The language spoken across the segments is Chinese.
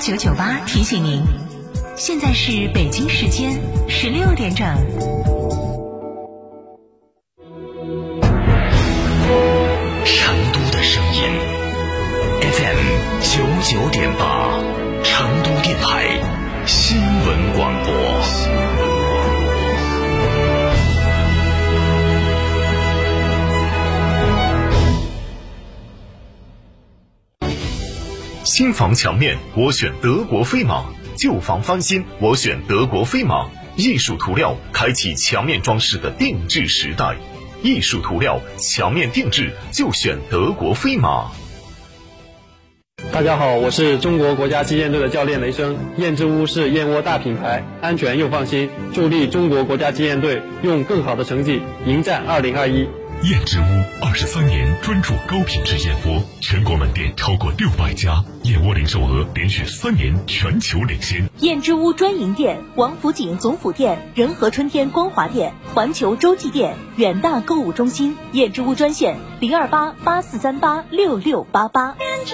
FM998提醒您，现在是北京时间16点整。 成都的声音 FM99.8，成都电台新闻广播。新房墙面我选德国飞马，旧房翻新我选德国飞马。艺术涂料开启墙面装饰的定制时代，艺术涂料墙面定制就选德国飞马。 大家好，我是中国国家击剑队的教练雷声。燕之屋是燕窝大品牌，安全又放心，助力中国国家击剑队用更好的成绩迎战2021。 燕之屋23年专注高品质燕窝，全国门店超过600家，燕窝零售额连续3年全球领先。 燕之屋专营店：王府井总府店、仁和春天光华店、环球洲际店、远大购物中心。燕之屋专线02884386688。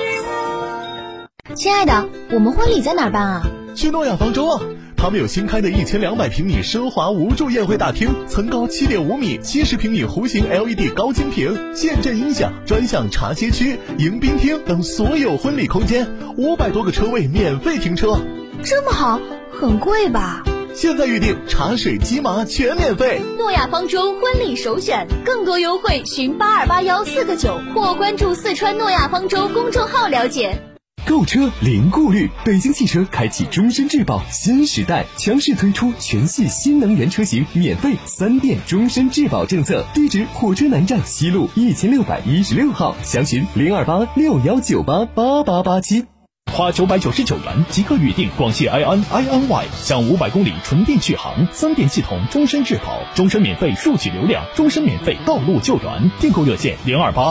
亲爱的，我们婚礼在哪儿办啊？ 去诺亚方舟啊！他们有新开的1200平米奢华无柱宴会大厅，层高7.5米，70平米弧形 LED 高清屏，现阵音响，专项茶歇区、迎宾厅等所有婚礼空间，500多个车位免费停车。 这么好，很贵吧？ 现在预定茶水鸡麻全免费。 诺亚方舟婚礼首选，更多优惠询828149或关注四川诺亚方舟公众号了解。 购车零顾虑，北京汽车开启终身质保新时代，强势推出全系新能源车型免费3电终身质保政策。地址：火车南站西路1616号，详询02861988887。 花999元即可预定广汽埃安 iNY， 享500公里纯电续航，3电系统终身质保，终身免费数据流量，终身免费道路救援。订购热线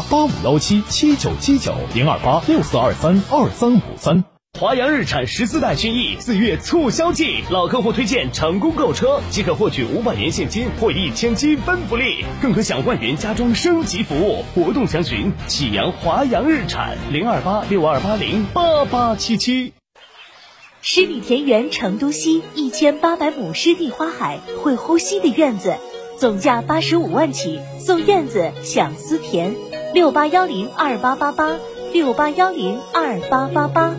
02885177979，02864232353。 华阳日产14代轩逸4月促销季，老客户推荐成功购车即可获取500元现金或1000积分福利，更可享万元家装升级服务。活动详询启阳华阳日产02862808877。 十里田园成都西1800亩湿地花海，会呼吸的院子，总价85万起，送院子享思田。68102888，68102888。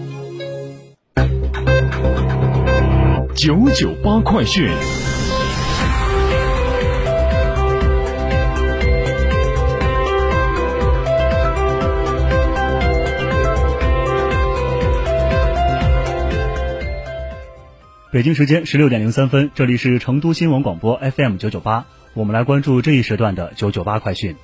998快讯。 北京时间16点03分，这里是成都新闻广播 FM998，我们来关注这一时段的998快讯。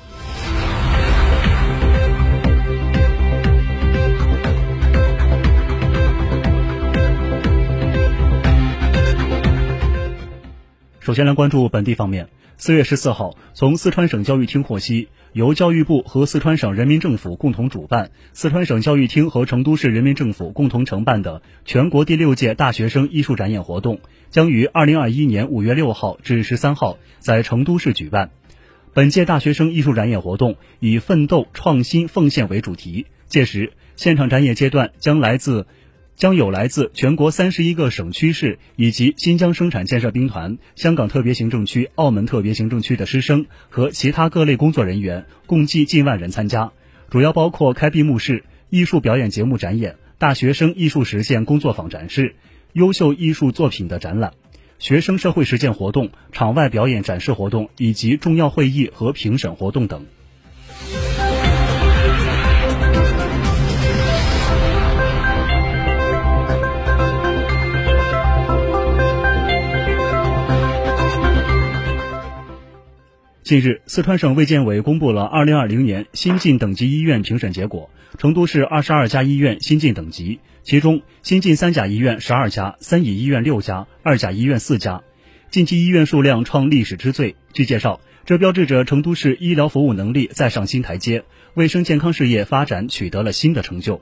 首先来关注本地方面。4月14号，从四川省教育厅获悉，由教育部和四川省人民政府共同主办，四川省教育厅和成都市人民政府共同承办的全国第6届大学生艺术展演活动，将于2021年5月6号至13号在成都市举办。本届大学生艺术展演活动以奋斗、创新、奉献为主题，届时现场展演阶段将有来自全国31个省区市以及新疆生产建设兵团、香港特别行政区、澳门特别行政区的师生和其他各类工作人员，共计近万人参加，主要包括开闭幕式、艺术表演节目展演、大学生艺术实践工作坊展示、优秀艺术作品的展览、学生社会实践活动、场外表演展示活动以及重要会议和评审活动等。近日，四川省卫健委公布了2020年新晋等级医院评审结果，成都市22家医院新晋等级，其中新晋3甲医院12家，3乙医院6家，2甲医院4家，晋级医院数量创历史之最。据介绍，这标志着成都市医疗服务能力再上新台阶，卫生健康事业发展取得了新的成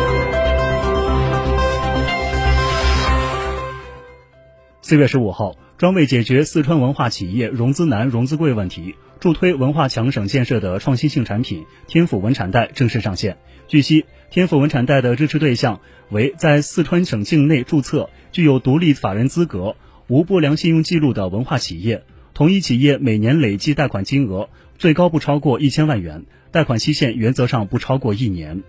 就。4月15号， 专为解决四川文化企业融资难、融资贵问题，助推文化强省建设的创新性产品天府文产贷正式上线。据悉，天府文产贷的支持对象为在四川省境内注册、具有独立法人资格、无不良信用记录的文化企业，同一企业每年累计贷款金额最高不超过1000万元，贷款期限原则上不超过1年。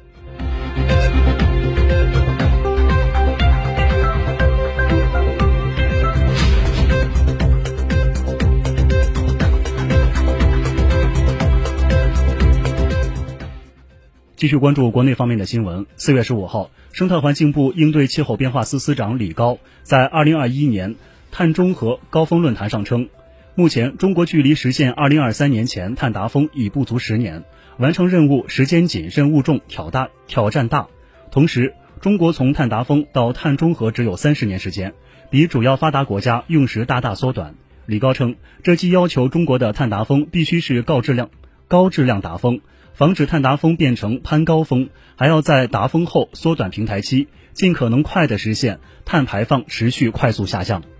继续关注国内方面的新闻。4月15号，生态环境部应对气候变化司司长李高在2021年碳中和高峰论坛上称，目前中国距离实现2023年前碳达峰已不足10年，完成任务时间谨慎务重，挑战大。同时，中国从碳达峰到碳中和只有30年时间，比主要发达国家用时大大缩短。李高称，这既要求中国的碳达峰必须是高质量达峰，防止碳达峰变成攀高峰，还要在达峰后缩短平台期，尽可能快地实现碳排放持续快速下降。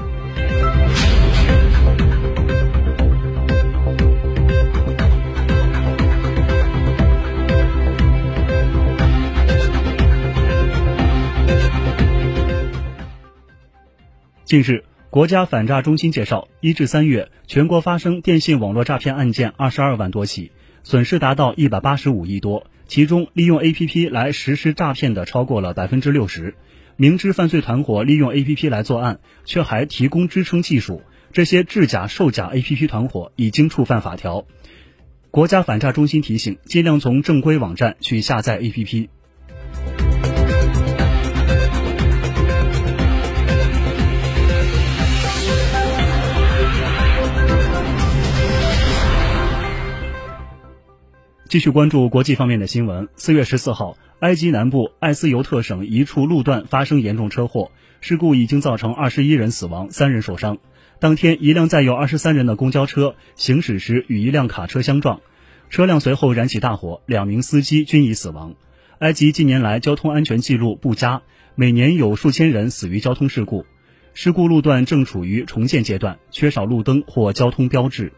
近日，国家反诈中心介绍，1至3月，全国发生电信网络诈骗案件22万多起，损失达到185亿多，其中利用 APP 来实施诈骗的超过了60%。明知犯罪团伙利用 APP 来作案，却还提供支撑技术，这些制假售假 APP 团伙已经触犯法条。国家反诈中心提醒，尽量从正规网站去下载 APP。继续关注国际方面的新闻。4月14号，埃及南部艾斯尤特省一处路段发生严重车祸，事故已经造成21人死亡，3人受伤。当天，一辆载有23人的公交车行驶时与一辆卡车相撞，车辆随后燃起大火，2名司机均已死亡。埃及近年来交通安全记录不佳，每年有数千人死于交通事故。事故路段正处于重建阶段，缺少路灯或交通标志。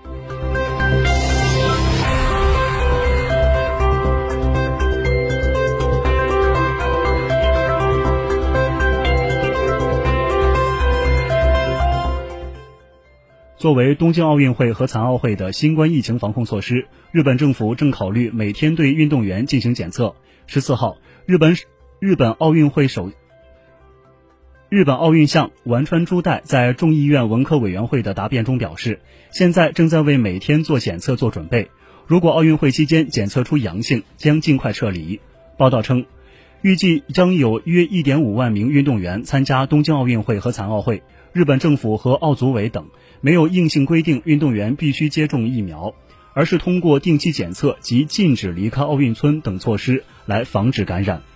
作为东京奥运会和残奥会的新冠疫情防控措施，日本政府正考虑每天对运动员进行检测。14号，日本奥运相丸川珠代在众议院文科委员会的答辩中表示，现在正在为每天做检测做准备，如果奥运会期间检测出阳性，将尽快撤离。报道称，预计将有约 1.5 万名运动员参加东京奥运会和残奥会。日本政府和奥组委等没有硬性规定运动员必须接种疫苗，而是通过定期检测及禁止离开奥运村等措施来防止感染。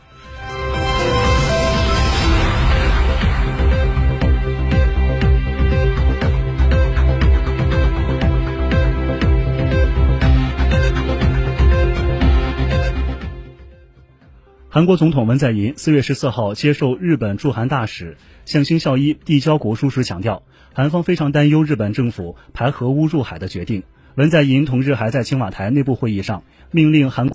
韩国总统文在寅4月14号接受日本驻韩大使向星孝一递交国书时强调，韩方非常担忧日本政府排核污入海的决定。文在寅同日还在青瓦台内部会议上命令韩国